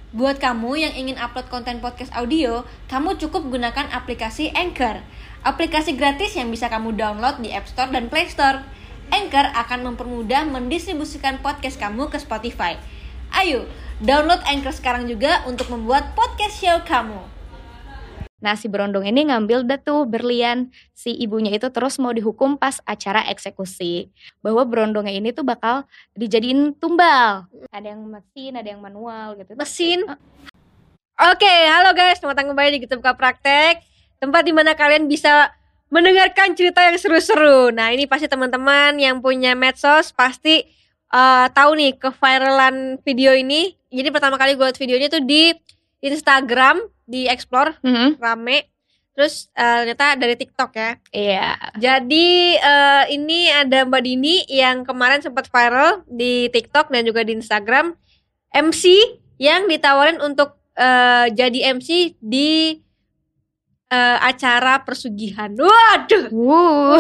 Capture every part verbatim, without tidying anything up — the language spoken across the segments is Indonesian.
Buat kamu yang ingin upload konten podcast audio, kamu cukup gunakan aplikasi Anchor. Aplikasi gratis yang bisa kamu download di App Store dan Play Store. Anchor akan mempermudah mendistribusikan podcast kamu ke Spotify. Ayo, download Anchor sekarang juga untuk membuat podcast show kamu. Nah, si berondong ini ngambil dah tuh berlian si ibunya itu, terus mau dihukum pas acara eksekusi. Bahwa berondongnya ini tuh bakal dijadiin tumbal. Ada yang mesin, ada yang manual gitu. Mesin. Oke, okay, halo guys, selamat datang kembali di Kita Buka Praktek, tempat dimana kalian bisa mendengarkan cerita yang seru-seru. Nah, ini pasti teman-teman yang punya medsos pasti uh, tahu nih keviralan video ini. Jadi pertama kali gue liat videonya tuh di Instagram, di explore, mm-hmm. rame. Terus uh, ternyata dari TikTok ya. Iya. Jadi uh, ini ada Mbak Dini yang kemarin sempat viral di TikTok dan juga di Instagram, M C yang ditawarin untuk uh, jadi M C di uh, acara persugihan. Waduh. Wow.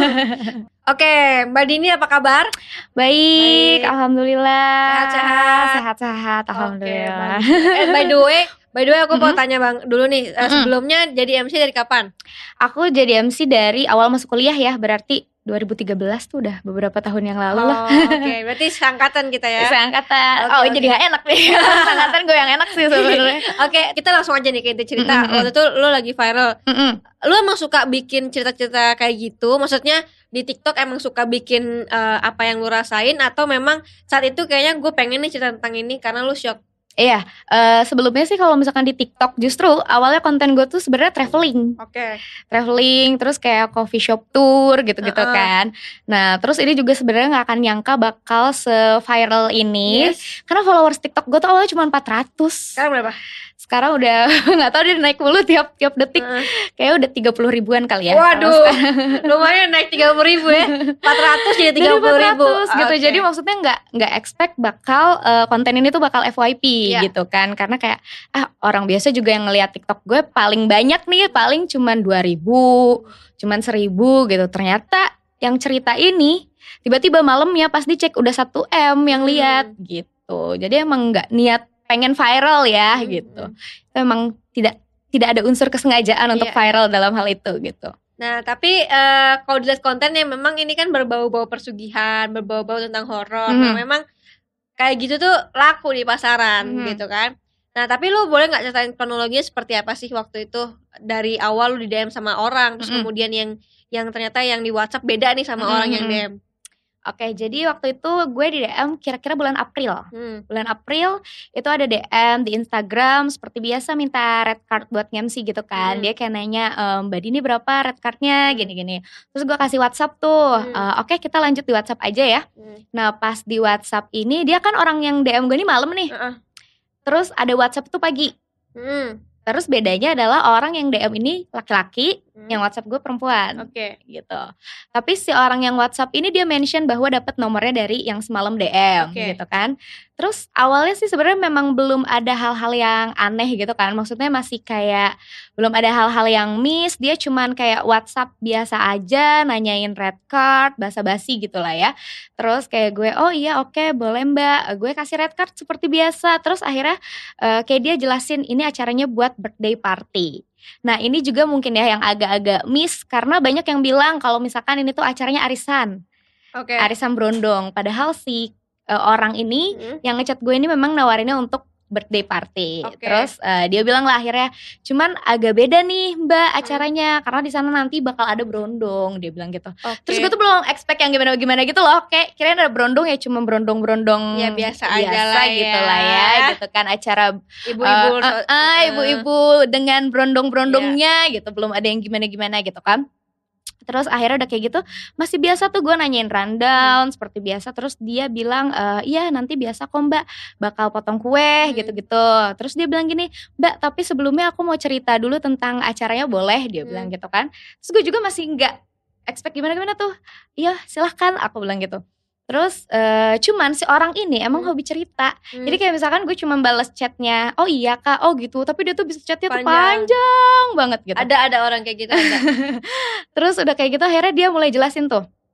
Oke, Mbak Dini apa kabar? Baik, Baik. Alhamdulillah. Sehat-sehat. Sehat-sehat, alhamdulillah. Okay, eh, by the way, By the way aku mm-hmm. mau tanya bang dulu nih, mm-hmm. sebelumnya jadi M C dari kapan? Aku jadi M C dari awal masuk kuliah ya, berarti dua ribu tiga belas tuh udah beberapa tahun yang lalu oh, lah. Oke, okay. Berarti seangkatan kita ya? Seangkatan, okay, oh okay. Jadi gak enak nih, seangkatan gue yang enak sih sebenarnya. Oke, okay, kita langsung aja nih ke inti cerita. Mm-hmm. Waktu itu lo lagi viral, mm-hmm. lo emang suka bikin cerita-cerita kayak gitu? Maksudnya di TikTok emang suka bikin uh, apa yang lo rasain, atau memang saat itu kayaknya gue pengen nih cerita tentang ini karena lo shock? Iya, uh, sebelumnya sih kalau misalkan di TikTok justru awalnya konten gue tuh sebenarnya traveling. Oke. Okay. Traveling, terus kayak coffee shop tour gitu-gitu uh-uh. kan. Nah, terus ini juga sebenarnya nggak akan nyangka bakal se-viral ini. Yes. Karena followers TikTok gue tuh awalnya cuma empat ratus. Sekarang berapa? Sekarang udah nggak tahu dia naik mulu tiap tiap detik. Uh. Kayaknya udah tiga puluh ribuan kali ya. Waduh, lumayan naik tiga puluh ribu ya. empat ratus jadi tiga puluh ribu gitu. Okay. Jadi maksudnya nggak nggak expect bakal uh, konten ini tuh bakal F Y P yeah. gitu kan. Karena kayak ah orang biasa juga yang ngeliat TikTok gue paling banyak nih, paling cuman dua ribu, cuman seribu gitu. Ternyata yang cerita ini tiba-tiba malamnya pas dicek udah satu M yang lihat hmm. gitu. Jadi emang nggak niat pengen viral ya hmm. gitu. Itu emang tidak tidak ada unsur kesengajaan untuk yeah. viral dalam hal itu gitu. Nah tapi uh, kalau dilihat kontennya memang ini kan berbau-bau persugihan, berbau-bau tentang horor. Hmm. Nah memang kayak gitu tuh laku di pasaran hmm. gitu kan. Nah tapi lu boleh gak ceritain kronologinya seperti apa sih waktu itu? Dari awal lu di D M sama orang, terus hmm. kemudian yang yang ternyata yang di WhatsApp beda nih sama hmm. orang yang D M. Oke, jadi waktu itu gue di D M kira-kira bulan April. Hmm. Bulan April itu ada D M di Instagram seperti biasa minta red card buat nge-M C gitu kan. Hmm. Dia kayak nanya, ehm, Mbak Dini berapa red cardnya gini-gini. Terus gue kasih WhatsApp tuh. Hmm. Uh, Oke, kita lanjut di WhatsApp aja ya. Hmm. Nah, pas di WhatsApp ini dia kan orang yang D M gue ini malam nih. Uh-uh. Terus ada WhatsApp tuh pagi. Hmm. Terus bedanya adalah orang yang D M ini laki-laki, hmm. yang WhatsApp gue perempuan. Oke. Okay. Gitu. Tapi si orang yang WhatsApp ini dia mention bahwa dapat nomornya dari yang semalam D M okay. gitu kan. Terus awalnya sih sebenarnya memang belum ada hal-hal yang aneh gitu kan. Maksudnya masih kayak belum ada hal-hal yang miss. Dia cuman kayak WhatsApp biasa aja, nanyain red card, basa-basi gitu lah ya. Terus kayak gue, oh iya oke okay, boleh mbak. Gue kasih red card seperti biasa. Terus akhirnya uh, kayak dia jelasin ini acaranya buat birthday party. Nah ini juga mungkin ya yang agak-agak miss. Karena banyak yang bilang kalau misalkan ini tuh acaranya arisan. Oke. Okay. Arisan berondong. Padahal si Uh, orang ini hmm. yang ngechat gue ini memang nawarinnya untuk birthday party. Okay. Terus uh, dia bilang lah akhirnya, cuman agak beda nih mbak acaranya hmm. karena di sana nanti bakal ada berondong. Dia bilang gitu. Okay. Terus gue tuh belum expect yang gimana-gimana gitu loh. Kayak kirain ada berondong ya cuma berondong-berondong ya biasa, biasa aja lah ya. Gitu lah ya. Gitu kan acara ibu-ibu, uh, uh, uh, ibu-ibu dengan berondong-berondongnya yeah. gitu. Belum ada yang gimana-gimana gitu kan. Terus akhirnya udah kayak gitu masih biasa tuh gue nanyain rundown hmm. seperti biasa. Terus dia bilang e, iya nanti biasa kok mbak bakal potong kue hmm. gitu-gitu. Terus dia bilang gini, mbak tapi sebelumnya aku mau cerita dulu tentang acaranya boleh. Dia hmm. bilang gitu kan. Terus gue juga masih gak expect gimana-gimana tuh. Iya silahkan aku bilang gitu. Terus uh, cuman si orang ini emang hmm. hobi cerita. hmm. Jadi kayak misalkan gue cuma balas chatnya, oh iya kak, oh gitu. Tapi dia tuh bisa chatnya panjang. tuh panjang banget gitu. Ada ada orang kayak gitu ada. Terus udah kayak gitu akhirnya dia mulai jelasin tuh. hmm.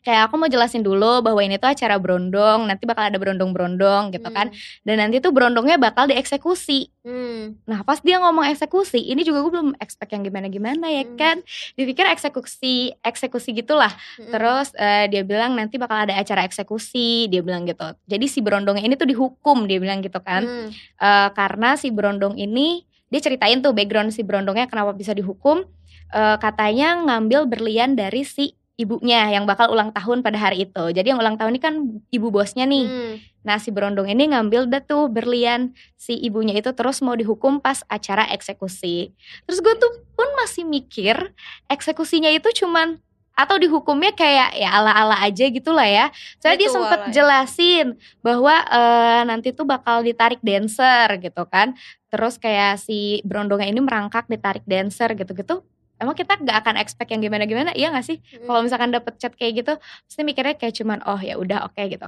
kayak aku mau jelasin dulu bahwa ini tuh acara berondong, nanti bakal ada berondong-berondong gitu kan. Hmm. Dan nanti tuh berondongnya bakal dieksekusi. Hmm. Nah pas dia ngomong eksekusi, ini juga gue belum expect yang gimana-gimana ya Hmm. kan. Dipikir eksekusi, eksekusi gitulah. Hmm. Terus uh, dia bilang nanti bakal ada acara eksekusi, dia bilang gitu. Jadi si berondongnya ini tuh dihukum, dia bilang gitu kan. Hmm. Uh, karena si berondong ini, dia ceritain tuh background si berondongnya kenapa bisa dihukum. Uh, katanya ngambil berlian dari si ibunya yang bakal ulang tahun pada hari itu. Jadi yang ulang tahun ini kan ibu bosnya nih. Hmm. Nah si berondong ini ngambil dah tuh berlian si ibunya itu, terus mau dihukum pas acara eksekusi. Terus gue tuh pun masih mikir eksekusinya itu cuman atau dihukumnya kayak ya ala-ala aja gitu lah ya. Soalnya dia sempet Ritual lah ya. jelasin bahwa uh, nanti tuh bakal ditarik dancer gitu kan. Terus kayak si berondongnya ini merangkak ditarik dancer gitu-gitu. Emang kita gak akan expect yang gimana-gimana, iya gak sih? Hmm. Kalau misalkan dapet chat kayak gitu, pasti mikirnya kayak cuman oh ya udah oke okay, gitu.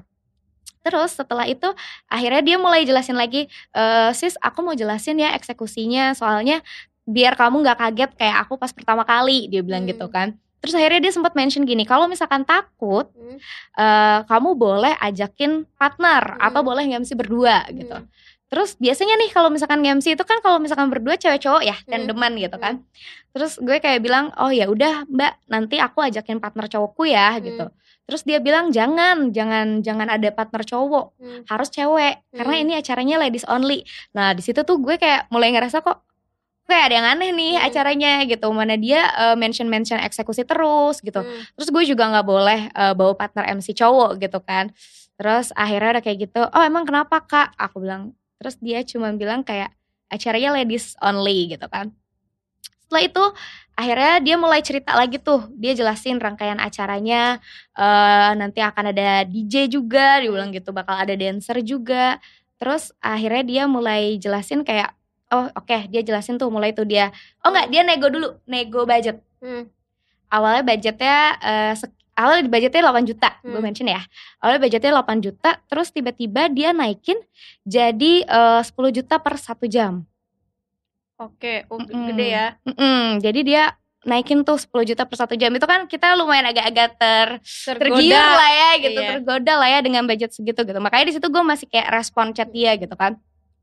Terus setelah itu akhirnya dia mulai jelasin lagi, e, sis aku mau jelasin ya eksekusinya, soalnya biar kamu gak kaget kayak aku pas pertama kali, dia bilang Hmm. gitu kan. Terus akhirnya dia sempat mention gini, kalau misalkan takut, Hmm. uh, kamu boleh ajakin partner Hmm. atau boleh nge-M C berdua gitu. Hmm. Terus biasanya nih kalau misalkan nge-M C itu kan kalau misalkan berdua cewek cowok ya, Hmm. tandeman gitu kan. Terus gue kayak bilang, oh ya udah mbak, nanti aku ajakin partner cowokku ya Hmm. gitu. Terus dia bilang jangan, jangan, jangan ada partner cowok, Hmm. harus cewek, karena Hmm. ini acaranya ladies only. Nah di situ tuh gue kayak mulai ngerasa kok kayak ada yang aneh nih Hmm. acaranya gitu. Mana dia uh, mention-mention eksekusi terus gitu. Hmm. Terus gue juga gak boleh uh, bawa partner M C cowok gitu kan. Terus akhirnya udah kayak gitu, oh emang kenapa kak? Aku bilang, terus dia cuma bilang kayak acaranya ladies only gitu kan. Setelah itu akhirnya dia mulai cerita lagi tuh, dia jelasin rangkaian acaranya, uh, nanti akan ada D J juga, dia bilang gitu, bakal ada dancer juga. Terus akhirnya dia mulai jelasin kayak, oh oke okay, dia jelasin tuh mulai tuh dia, oh enggak dia nego dulu, nego budget. Hmm. Awalnya budgetnya uh, awalnya budgetnya delapan juta, hmm. gue mention ya. Awalnya budgetnya delapan juta, terus tiba-tiba dia naikin jadi uh, sepuluh juta per satu jam. Oke, okay. oh, Mm-mm. gede ya. Mm-mm. Jadi dia naikin tuh sepuluh juta per satu jam. Itu kan kita lumayan agak-agak ter tergiur lah ya gitu, iya. tergoda lah ya dengan budget segitu gitu. Makanya di situ gue masih kayak respon chat dia gitu kan.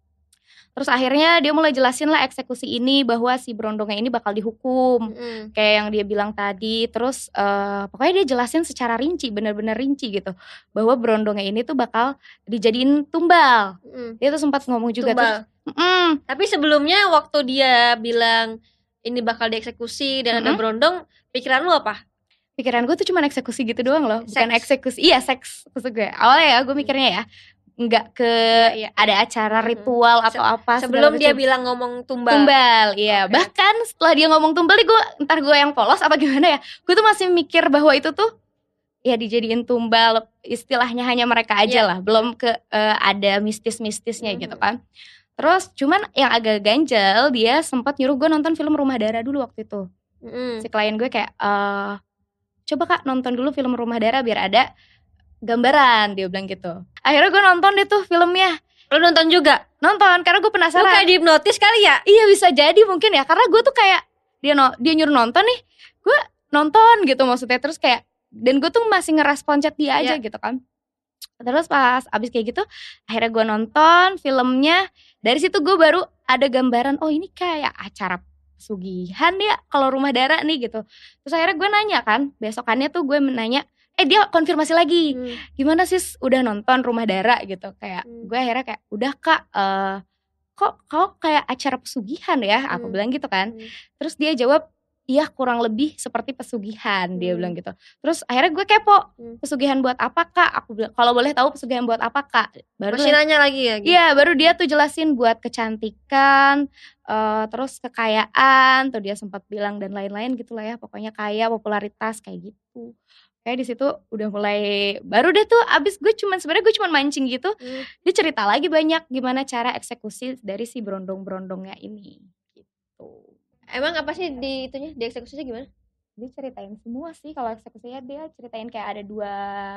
Terus akhirnya dia mulai jelasin lah eksekusi ini bahwa si berondongnya ini bakal dihukum, mm. kayak yang dia bilang tadi. Terus uh, pokoknya dia jelasin secara rinci, benar-benar rinci gitu, bahwa berondongnya ini tuh bakal dijadiin tumbal. Mm. Dia tuh sempat ngomong juga tumbal. Terus, mm. Tapi sebelumnya waktu dia bilang ini bakal dieksekusi dan mm-hmm. ada berondong, pikiran lu apa? Pikiran gue tuh cuma eksekusi gitu doang loh, seks. Bukan eksekusi. Iya seks maksud gue. Awalnya ya gue mikirnya ya nggak ke ya, ya. ada acara ritual atau Se- apa sebelum dia bilang ngomong tumbal tumbal iya okay. Bahkan setelah dia ngomong tumbal gue entar gue yang polos apa gimana ya, gue tuh masih mikir bahwa itu tuh ya dijadiin tumbal istilahnya hanya mereka aja yeah. lah, belum ke uh, ada mistis-mistisnya mm-hmm. gitu kan. Terus cuman yang agak ganjel, dia sempat nyuruh gue nonton film Rumah Dara dulu waktu itu. mm-hmm. Si klien gue kayak uh, coba kak nonton dulu film Rumah Dara biar ada gambaran, dia bilang gitu. Akhirnya gue nonton deh tuh filmnya. Lo nonton juga? Nonton, karena gue penasaran. Lo kayak dihipnotis kali ya? Iya bisa jadi mungkin ya, karena gue tuh kayak dia no, dia nyuruh nonton nih, gue nonton gitu maksudnya. Terus kayak, dan gue tuh masih ngerespon chat dia aja yeah. gitu kan. Terus pas abis kayak gitu, akhirnya gue nonton filmnya. Dari situ gue baru ada gambaran, oh ini kayak acara pesugihan ya kalau Rumah Dara nih gitu. Terus akhirnya gue nanya kan, besokannya tuh gue menanya, eh dia konfirmasi lagi, hmm. gimana sis udah nonton Rumah Dara gitu. Kayak hmm. gue akhirnya kayak udah kak, uh, kok kau kayak acara pesugihan ya, aku hmm. bilang gitu kan. hmm. Terus dia jawab, iya kurang lebih seperti pesugihan, hmm. dia bilang gitu. Terus akhirnya gue kepo, hmm. pesugihan buat apa kak? Aku bilang, kalau boleh tahu pesugihan buat apa kak? Baru masih nanya lagi ya? Iya gitu. Baru dia tuh jelasin buat kecantikan, uh, terus kekayaan, tuh dia sempat bilang dan lain-lain gitulah ya. Pokoknya kaya, popularitas kayak gitu. Kayak di situ udah mulai baru deh tuh abis gue cuman sebenarnya gue cuman mancing gitu. Hmm. Dia cerita lagi banyak gimana cara eksekusi dari si berondong-berondongnya ini gitu. Emang apa sih di itunya, di eksekusinya gimana? Dia ceritain semua sih. Kalau eksekusinya dia ceritain kayak ada dua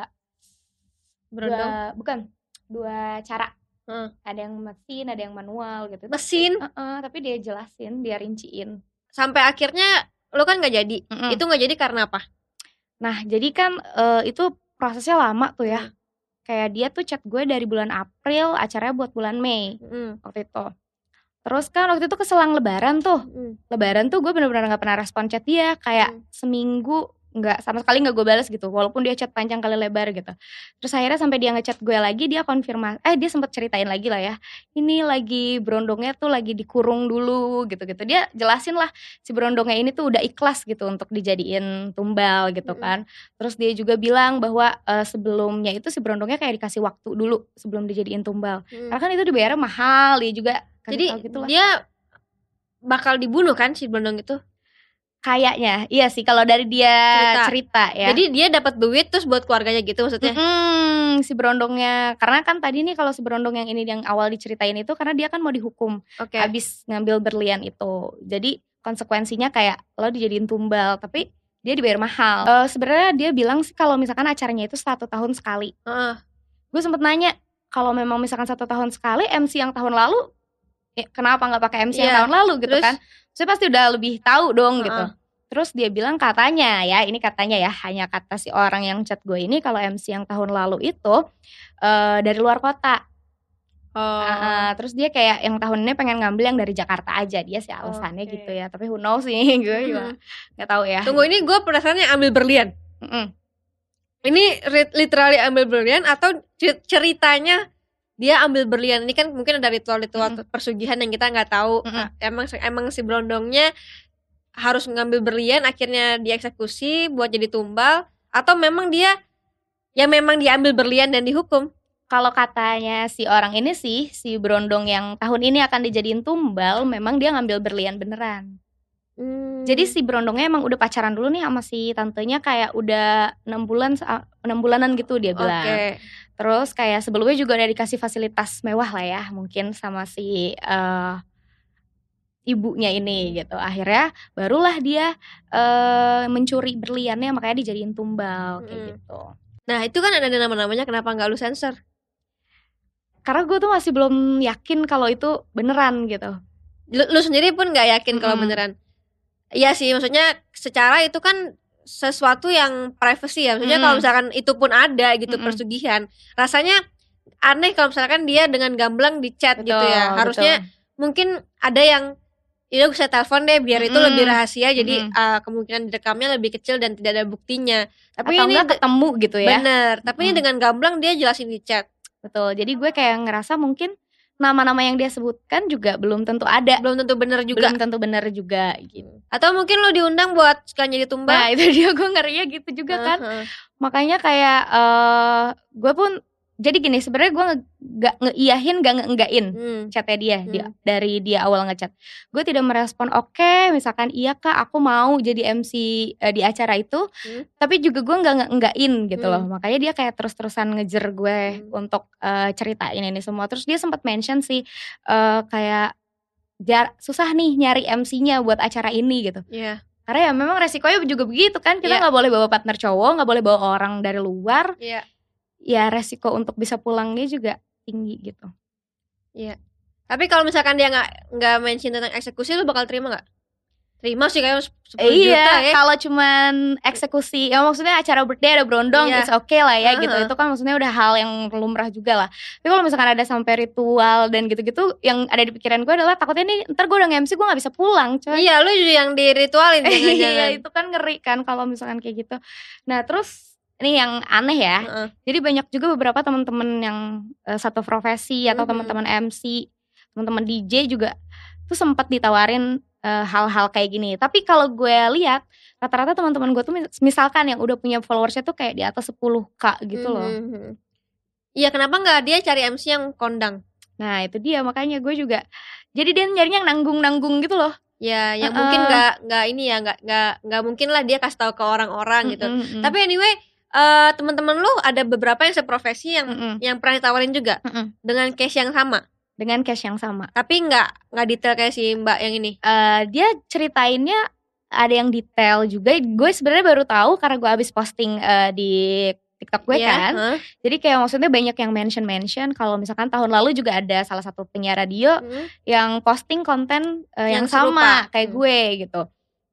berondong. Dua, bukan, dua cara. Hmm. Ada yang mesin, ada yang manual gitu. Mesin? Uh-uh, tapi dia jelasin, dia rinciin. Sampai akhirnya lo kan gak jadi. Mm-mm. Itu gak jadi karena apa? Nah jadi kan uh, itu prosesnya lama tuh ya. Hmm. Kayak dia tuh chat gue dari bulan April, acaranya buat bulan Mei Hmm. waktu itu. Terus kan waktu itu keselang lebaran tuh. Hmm. Lebaran tuh gue bener-bener gak pernah respon chat dia. Kayak Hmm. seminggu gak, sama sekali gak gue balas gitu. Walaupun dia chat panjang kali lebar gitu. Terus akhirnya sampai dia ngechat gue lagi, dia konfirmasi. Eh dia sempet ceritain lagi lah ya. Ini lagi berondongnya tuh lagi dikurung dulu gitu-gitu. Dia jelasin lah si berondongnya ini tuh udah ikhlas gitu untuk dijadiin tumbal gitu Hmm. kan. Terus dia juga bilang bahwa uh, sebelumnya itu si berondongnya kayak dikasih waktu dulu sebelum dijadiin tumbal. Hmm. Karena kan itu dibayarnya mahal. Dia juga Jadi gitu dia bakal dibunuh kan si berondong itu? Kayaknya, iya sih kalau dari dia cerita, cerita ya. Jadi dia dapat duit terus buat keluarganya gitu maksudnya? Mm-mm, si berondongnya, karena kan tadi nih kalau si berondong yang ini yang awal diceritain itu karena dia kan mau dihukum, okay. Abis ngambil berlian itu. Jadi konsekuensinya kayak lo dijadiin tumbal, tapi dia dibayar mahal. Uh, Sebenarnya dia bilang sih kalau misalkan acaranya itu satu tahun sekali. Uh. Gue sempet nanya kalau memang misalkan satu tahun sekali, M C yang tahun lalu, ya, kenapa nggak pakai M C yeah. yang tahun lalu gitu terus? Kan? Saya pasti udah lebih tahu dong uh-uh. gitu. Terus dia bilang katanya ya, ini katanya ya, hanya kata si orang yang chat gue ini kalau M C yang tahun lalu itu uh, dari luar kota. Oh. Uh, terus dia kayak yang tahun ini pengen ngambil yang dari Jakarta aja, dia sih alasannya okay. gitu ya. Tapi who knows sih, gue mm-hmm. juga nggak tahu ya. Tunggu, ini gue penasarannya ambil berlian. Mm-mm. Ini literally ambil berlian atau ceritanya dia ambil berlian? Ini kan mungkin ada ritual-ritual mm-hmm. persugihan yang kita nggak tahu. Mm-hmm. Emang emang si berondongnya harus ngambil berlian akhirnya dieksekusi buat jadi tumbal, atau memang dia ya memang diambil berlian dan dihukum? Kalau katanya si orang ini sih, si berondong yang tahun ini akan dijadiin tumbal, memang dia ngambil berlian beneran. Hmm. Jadi si berondongnya emang udah pacaran dulu nih sama si tantenya, kayak udah enam bulan enam bulanan gitu dia bilang. Okay. Terus kayak sebelumnya juga udah dikasih fasilitas mewah lah ya, mungkin sama si uh, ibunya ini gitu. Akhirnya barulah dia uh, mencuri berliannya, makanya dijadiin tumbal hmm. kayak gitu. Nah itu kan ada nama-namanya, kenapa nggak lu sensor? Karena gue tuh masih belum yakin kalau itu beneran gitu. Lu, lu sendiri pun nggak yakin mm-hmm. kalau beneran? Iya sih, maksudnya secara itu kan sesuatu yang privacy ya. Maksudnya mm-hmm. kalau misalkan itu pun ada gitu mm-hmm. persugihan, rasanya aneh kalau misalkan dia dengan gamblang di chat betul, gitu ya. Harusnya betul. Mungkin ada yang ya bisa telepon deh biar mm-hmm. itu lebih rahasia, jadi mm-hmm. uh, kemungkinan direkamnya lebih kecil dan tidak ada buktinya. Tapi atau ini enggak ketemu gitu ya. Bener, tapi mm-hmm. ini dengan gamblang dia jelasin di chat. Betul, jadi gue kayak ngerasa mungkin nama-nama yang dia sebutkan juga belum tentu ada. Belum tentu benar juga. Belum tentu benar juga gitu. Atau mungkin lo diundang buat sekalian jadi tumbal. Nah itu dia, gue ngerinya gitu juga uh-huh. kan. Makanya kayak uh, gue pun, jadi gini sebenarnya gue gak ngeiyahin, gak ngeenggain hmm. chatnya dia, hmm. dia dari dia awal ngechat. Gue tidak merespon oke, okay, misalkan iya kak aku mau jadi M C uh, di acara itu, hmm. tapi juga gue gak ngeenggain gitu hmm. loh. Makanya dia kayak terus-terusan ngejer gue hmm. untuk uh, ceritain ini semua. Terus dia sempat mention sih uh, kayak jar- susah nih nyari M C-nya buat acara ini gitu. Iya. Yeah. Karena ya memang resikonya juga begitu kan, kita yeah. gak boleh bawa partner cowok, gak boleh bawa orang dari luar. Iya. Yeah. Ya resiko untuk bisa pulangnya juga tinggi gitu. Iya. Tapi kalau misalkan dia nggak nggak mention tentang eksekusi, lu bakal terima nggak? Terima sih kayak sepuluh eh, juta iya, ya. Kalau cuman eksekusi, ya maksudnya acara birthday ada berondong, iya. It's okay lah ya uh-huh. gitu. Itu kan maksudnya udah hal yang lumrah juga lah. Tapi kalau misalkan ada sampai ritual dan gitu-gitu, yang ada di pikiran gue adalah takutnya nih ntar gue udah nge-M C gue nggak bisa pulang. Coy. Iya, lu juga yang diritualin. Iya, itu kan ngeri kan kalau misalkan kayak gitu. Nah terus ini yang aneh ya, uh-uh. jadi banyak juga beberapa teman-teman yang uh, satu profesi atau uh-huh. teman-teman M C, teman-teman D J juga tuh sempat ditawarin uh, hal-hal kayak gini. Tapi kalau gue lihat rata-rata teman-teman gue tuh misalkan yang udah punya followersnya tuh kayak di atas sepuluh ribu gitu loh. Iya, uh-huh. kenapa nggak dia cari M C yang kondang? Nah itu dia, makanya gue juga. Jadi dia nyarinya yang nanggung-nanggung gitu loh. Ya, yang uh-uh. mungkin nggak nggak ini ya, nggak nggak nggak mungkin lah dia kasih tahu ke orang-orang gitu. Uh-uh. Tapi anyway. Uh, teman-teman lu ada beberapa yang seprofesi yang Mm-mm. yang pernah ditawarin juga Mm-mm. dengan case yang sama, dengan case yang sama. Tapi nggak nggak detail kayak si Mbak yang ini. Uh, dia ceritainnya ada yang detail juga. Gue sebenarnya baru tahu karena gue abis posting uh, di TikTok gue yeah, kan. Huh? Jadi kayak maksudnya banyak yang mention-mention kalau misalkan tahun lalu juga ada salah satu penyiar radio hmm. yang posting konten uh, yang, yang sama kayak hmm. gue gitu.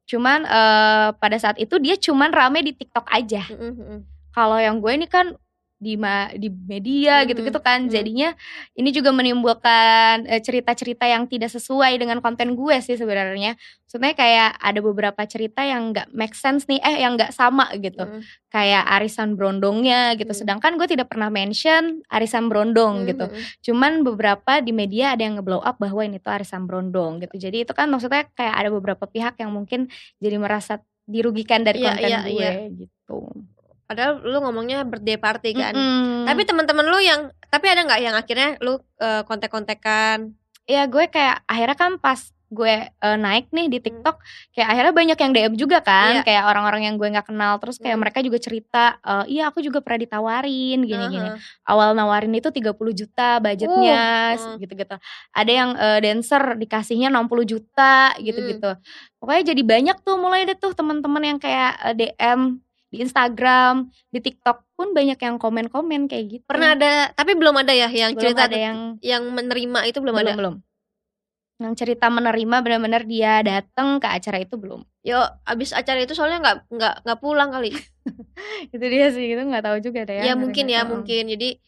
Cuman uh, pada saat itu dia cuman rame di TikTok aja. Mm-mm. Kalau yang gue ini kan di ma- di media Mhm, gitu-gitu kan, mhm. jadinya ini juga menimbulkan eh, cerita-cerita yang tidak sesuai dengan konten gue sih sebenarnya. Maksudnya kayak ada beberapa cerita yang nggak make sense nih, eh yang nggak sama gitu, Mhm. kayak arisan brondongnya gitu. Mhm. Sedangkan gue tidak pernah mention arisan brondong gitu. Mhm. Cuman beberapa di media ada yang nge-blow up bahwa ini tuh arisan brondong gitu. Jadi itu kan maksudnya kayak ada beberapa pihak yang mungkin jadi merasa dirugikan dari Iya, konten iya, gue iya. gitu. Padahal lu ngomongnya birthday party kan. Mm-mm. Tapi teman-teman lu yang tapi ada nggak yang akhirnya lu uh, kontek-kontekan? Ya gue kayak akhirnya kan pas gue uh, naik nih di TikTok, kayak akhirnya banyak yang D M juga kan, Iya. kayak orang-orang yang gue nggak kenal, terus kayak Hmm. mereka juga cerita, e, iya aku juga pernah ditawarin gini-gini. Uh-huh. Awal nawarin itu tiga puluh juta budgetnya, Uh, uh. gitu-gitu. Ada yang uh, dancer dikasihnya enam puluh juta gitu-gitu. Pokoknya jadi banyak tuh, mulai deh tuh teman-teman yang kayak uh, D M di Instagram, di TikTok pun banyak yang komen-komen kayak gitu. Pernah ada, tapi belum ada ya yang Belum cerita ada yang yang menerima itu belum, belum ada. belum. Yang cerita menerima benar-benar dia datang ke acara itu belum. Yo, abis acara itu soalnya nggak nggak nggak pulang kali. Itu dia sih, itu nggak tahu juga deh ya. Ya mungkin ya, tahu. mungkin jadi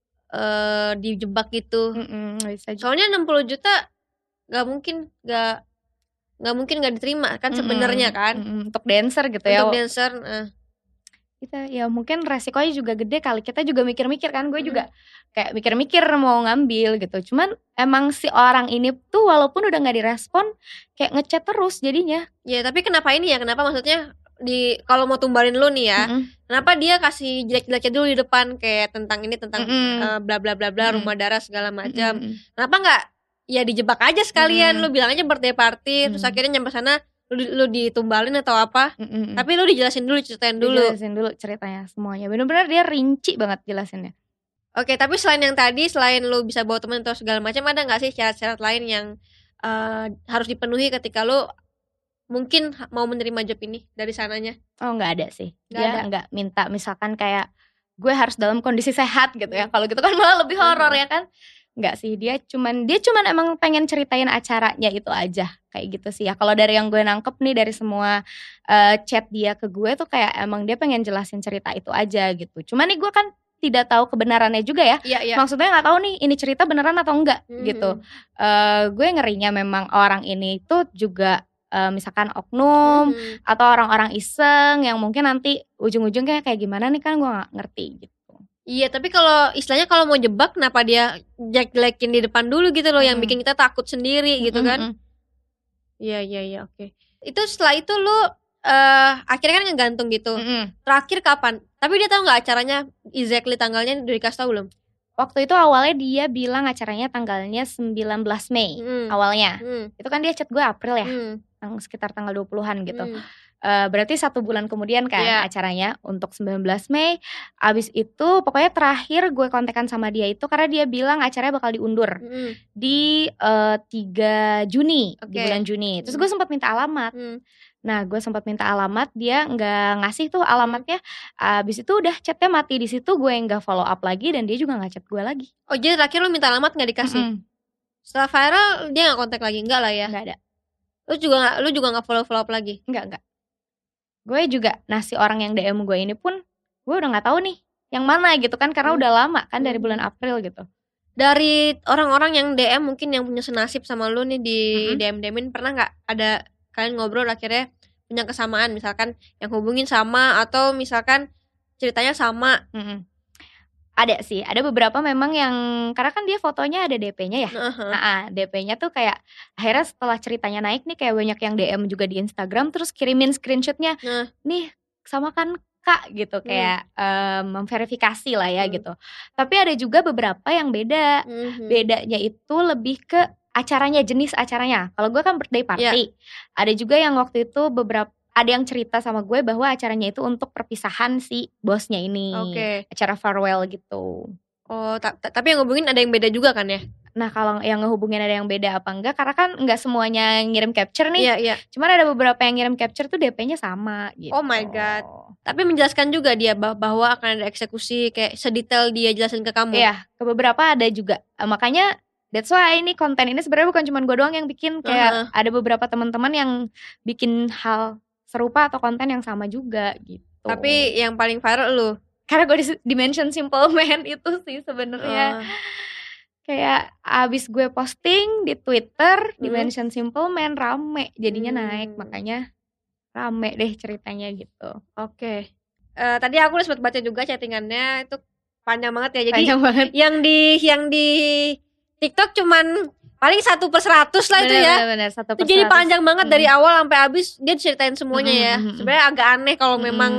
uh, dijebak gitu. Mm-mm, bisa juga. Soalnya enam puluh juta nggak mungkin nggak nggak mungkin nggak diterima kan sebenarnya kan. Mm-mm, untuk dancer gitu Untuk ya. Untuk dancer. Uh. Kita ya mungkin resikonya juga gede kali. Kita juga mikir-mikir kan, gue Hmm. juga kayak mikir-mikir mau ngambil gitu. Cuman emang si orang ini tuh walaupun udah nggak direspon, kayak ngechat terus jadinya. Ya tapi kenapa ini ya? Kenapa maksudnya di kalau mau tumbalin lu nih ya? Mm-mm. Kenapa dia kasih jelek-jeleknya dulu di depan kayak tentang ini tentang uh, bla bla bla bla rumah darah segala macam. Kenapa nggak ya dijebak aja sekalian? Mm-mm. Lu bilang aja birthday party, mm. terus akhirnya nyampe sana lu, lu ditumbalin atau apa. Mm-mm. Tapi lu dijelasin dulu, ceritain dulu. Dijelasin dulu ceritanya semuanya. Bener-bener dia rinci banget jelasinnya. Oke, tapi selain yang tadi, selain lu bisa bawa temen atau segala macam, ada nggak sih syarat-syarat lain yang uh, harus dipenuhi ketika lu mungkin mau menerima job ini dari sananya? Oh, nggak ada sih. Nggak dia ada. nggak minta misalkan kayak gue harus dalam kondisi sehat gitu ya. Kalau gitu kan malah lebih horor ya kan. Nggak sih, dia cuman dia cuman emang pengen ceritain acaranya itu aja kayak gitu sih ya. Kalau dari yang gue nangkep nih dari semua uh, chat dia ke gue tuh kayak emang dia pengen jelasin cerita itu aja gitu. Cuman nih gue kan tidak tahu kebenarannya juga ya. Iya, iya. Maksudnya nggak tahu nih ini cerita beneran atau enggak mm-hmm. gitu. Uh, gue ngerinya memang orang ini tuh juga uh, misalkan oknum mm-hmm. atau orang-orang iseng yang mungkin nanti ujung-ujungnya kayak gimana nih kan gue nggak ngerti gitu. Iya, tapi kalau istilahnya kalau mau jebak, kenapa dia jelek-jelekin di depan dulu gitu loh, hmm. yang bikin kita takut sendiri gitu kan? Iya, iya, iya, oke. Itu setelah itu lu uh, akhirnya kan ngegantung gitu. Mm-hmm. Terakhir kapan? Tapi dia tahu nggak acaranya exactly tanggalnya udah dikasih tahu belum? Waktu itu awalnya dia bilang acaranya tanggalnya sembilan belas Mei mm. awalnya. Mm. Itu kan dia chat gue April ya, mm. sekitar tanggal dua puluhan gitu. Mm. Uh, berarti satu bulan kemudian kan yeah. acaranya untuk sembilan belas Mei. Abis itu pokoknya terakhir gue kontekan sama dia itu karena dia bilang acaranya bakal diundur mm. di uh, tiga Juni, okay. di bulan Juni. Terus gue sempat minta alamat. Mm. Nah gue sempat minta alamat, dia nggak ngasih tuh alamatnya. Abis itu udah chatnya mati di situ, gue nggak follow up lagi dan dia juga nggak chat gue lagi. Oh jadi terakhir lu minta alamat nggak dikasih? Mm-hmm. Setelah viral dia nggak kontak lagi, enggak lah ya? Nggak ada. Lu juga nggak, lu juga nggak follow follow up lagi? Nggak nggak. Gue juga, nah si orang yang D M gue ini pun gue udah gak tahu nih yang mana gitu kan, karena hmm. udah lama kan dari bulan April gitu. Dari orang-orang yang D M mungkin yang punya senasib sama lu nih di mm-hmm. D M-D M-in, pernah gak ada kalian ngobrol akhirnya punya kesamaan, misalkan yang hubungin sama atau misalkan ceritanya sama? Mm-hmm. Ada sih, ada beberapa memang yang, karena kan dia fotonya ada D P-nya ya. Uh-huh. Nah, D P-nya tuh kayak akhirnya setelah ceritanya naik nih kayak banyak yang D M juga di Instagram, terus kirimin screenshotnya. Uh. Nih sama kan Kak gitu, kayak uh. um, memverifikasi lah ya uh. gitu. Tapi ada juga beberapa yang beda. Uh-huh. Bedanya itu lebih ke acaranya, jenis acaranya. Kalau gue kan birthday party. Yeah. Ada juga yang waktu itu beberapa ada yang cerita sama gue bahwa acaranya itu untuk perpisahan si bosnya ini. Okay. Acara farewell gitu. Oh, ta- ta- tapi yang ngehubungin ada yang beda juga kan ya? Nah, kalau yang ngehubungin ada yang beda apa enggak, karena kan enggak semuanya ngirim capture nih. Iya, iya. Cuman ada beberapa yang ngirim capture tuh D P-nya sama gitu. Oh my god. Tapi menjelaskan juga dia bahwa akan ada eksekusi, kayak sedetail dia jelasin ke kamu. Iya, ke beberapa ada juga. Makanya That's why ini konten ini sebenarnya bukan cuma gue doang yang bikin, kayak Uh-huh. ada beberapa teman-teman yang bikin hal serupa atau konten yang sama juga gitu. Tapi yang paling viral lu? Karena gue di, di mention Simple Man itu sih sebenarnya. Uh. Kayak abis gue posting di Twitter, Hmm. di mention Simple Man, rame jadinya Hmm. naik, makanya rame deh ceritanya gitu. Oke. Okay. Uh, tadi aku udah sempat baca juga chattingannya, itu panjang banget ya. Jadi Panjang banget. yang di yang di TikTok cuman paling satu per seratus lah. Bener, itu ya. Bener, satu per itu jadi seratus. panjang banget hmm. dari awal sampai habis dia ceritain semuanya hmm, ya. Hmm. Sebenarnya agak aneh kalau hmm. memang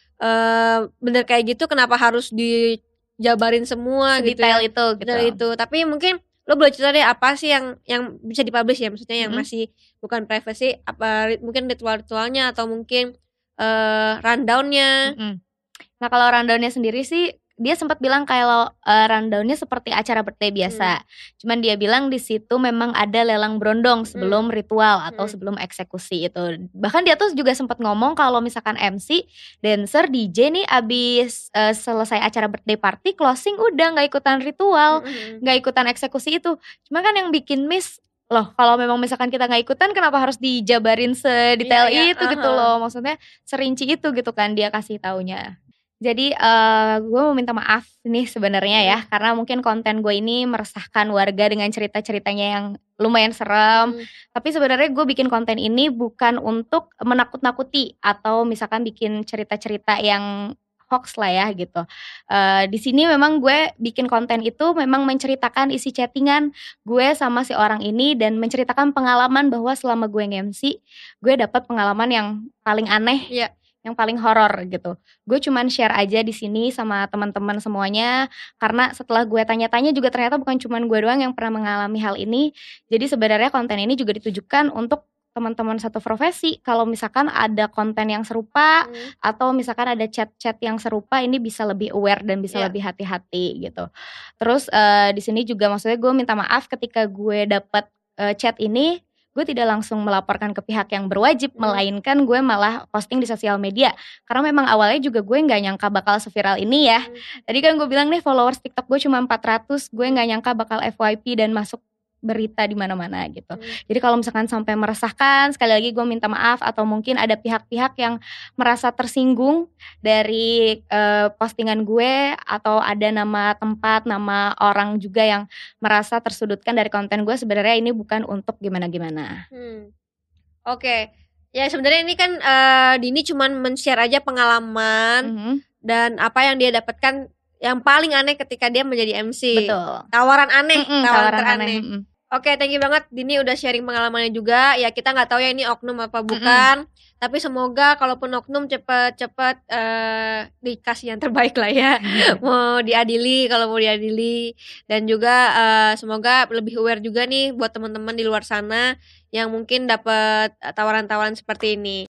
uh, bener kayak gitu, kenapa harus dijabarin semua sedetail gitu ya. itu gitu. Sedetail itu. Tapi mungkin lo boleh cerita deh apa sih yang yang bisa dipublish ya, maksudnya yang hmm. masih bukan privacy, apa mungkin ritual-ritualnya atau mungkin uh, rundownnya. Hmm. Nah kalau rundownnya sendiri sih dia sempat bilang kalau uh, rundownnya seperti acara birthday biasa. Hmm. Cuman dia bilang di situ memang ada lelang brondong sebelum hmm. ritual atau hmm. sebelum eksekusi itu. Bahkan dia tuh juga sempat ngomong kalau misalkan M C, dancer, D J nih abis uh, selesai acara birthday party closing udah nggak ikutan ritual, nggak hmm. ikutan eksekusi itu. Cuman kan yang bikin miss, loh kalau memang misalkan kita nggak ikutan kenapa harus dijabarin sedetail yeah, yeah, itu uh-huh. gitu loh, maksudnya serinci itu gitu kan dia kasih taunya. Jadi uh, gue mau minta maaf nih sebenarnya ya, hmm. karena mungkin konten gue ini meresahkan warga dengan cerita-ceritanya yang lumayan serem. Hmm. Tapi sebenarnya gue bikin konten ini bukan untuk menakut-nakuti atau misalkan bikin cerita-cerita yang hoax lah ya gitu. Uh, di sini memang gue bikin konten itu memang menceritakan isi chattingan gue sama si orang ini dan menceritakan pengalaman bahwa selama gue nge-M C gue dapat pengalaman yang paling aneh. Yeah. Yang paling horor gitu. Gue cuman share aja di sini sama teman-teman semuanya, karena setelah gue tanya-tanya juga ternyata bukan cuman gue doang yang pernah mengalami hal ini. Jadi sebenarnya konten ini juga ditujukan untuk teman-teman satu profesi. Kalau misalkan ada konten yang serupa hmm. atau misalkan ada chat-chat yang serupa, ini bisa lebih aware dan bisa yeah. lebih hati-hati gitu. Terus uh, di sini juga maksudnya gue minta maaf ketika gue dapet uh, chat ini, gue tidak langsung melaporkan ke pihak yang berwajib, hmm. melainkan gue malah posting di sosial media. Karena memang awalnya juga gue gak nyangka bakal seviral ini ya. Hmm. Tadi kan gue bilang nih followers TikTok gue cuma empat ratus, gue gak nyangka bakal F Y P dan masuk berita di mana-mana gitu. Hmm. Jadi kalau misalkan sampai meresahkan, sekali lagi gue minta maaf, atau mungkin ada pihak-pihak yang merasa tersinggung dari uh, postingan gue, atau ada nama tempat, nama orang juga yang merasa tersudutkan dari konten gue, sebenarnya ini bukan untuk gimana-gimana. Hmm. Oke. Okay. Ya sebenarnya ini kan uh, Dini cuman men-share aja pengalaman mm-hmm. dan apa yang dia dapatkan yang paling aneh ketika dia menjadi M C. Betul. Tawaran aneh, Mm-mm, tawaran, tawaran teraneh. aneh. Mm-mm. Oke, okay, thank you banget Dini udah sharing pengalamannya juga. Ya kita nggak tahu ya ini oknum apa bukan. Mm-mm. Tapi semoga kalaupun oknum cepet-cepet uh, dikasih yang terbaik lah ya. Mm-hmm. Mau diadili kalau mau diadili. Dan juga uh, semoga lebih aware juga nih buat teman-teman di luar sana yang mungkin dapat tawaran-tawaran seperti ini.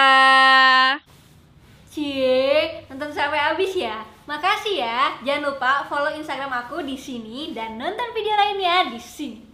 Dadah. Cie, nonton sampai habis ya. Makasih ya. Jangan lupa follow Instagram aku di sini dan nonton video lainnya di sini.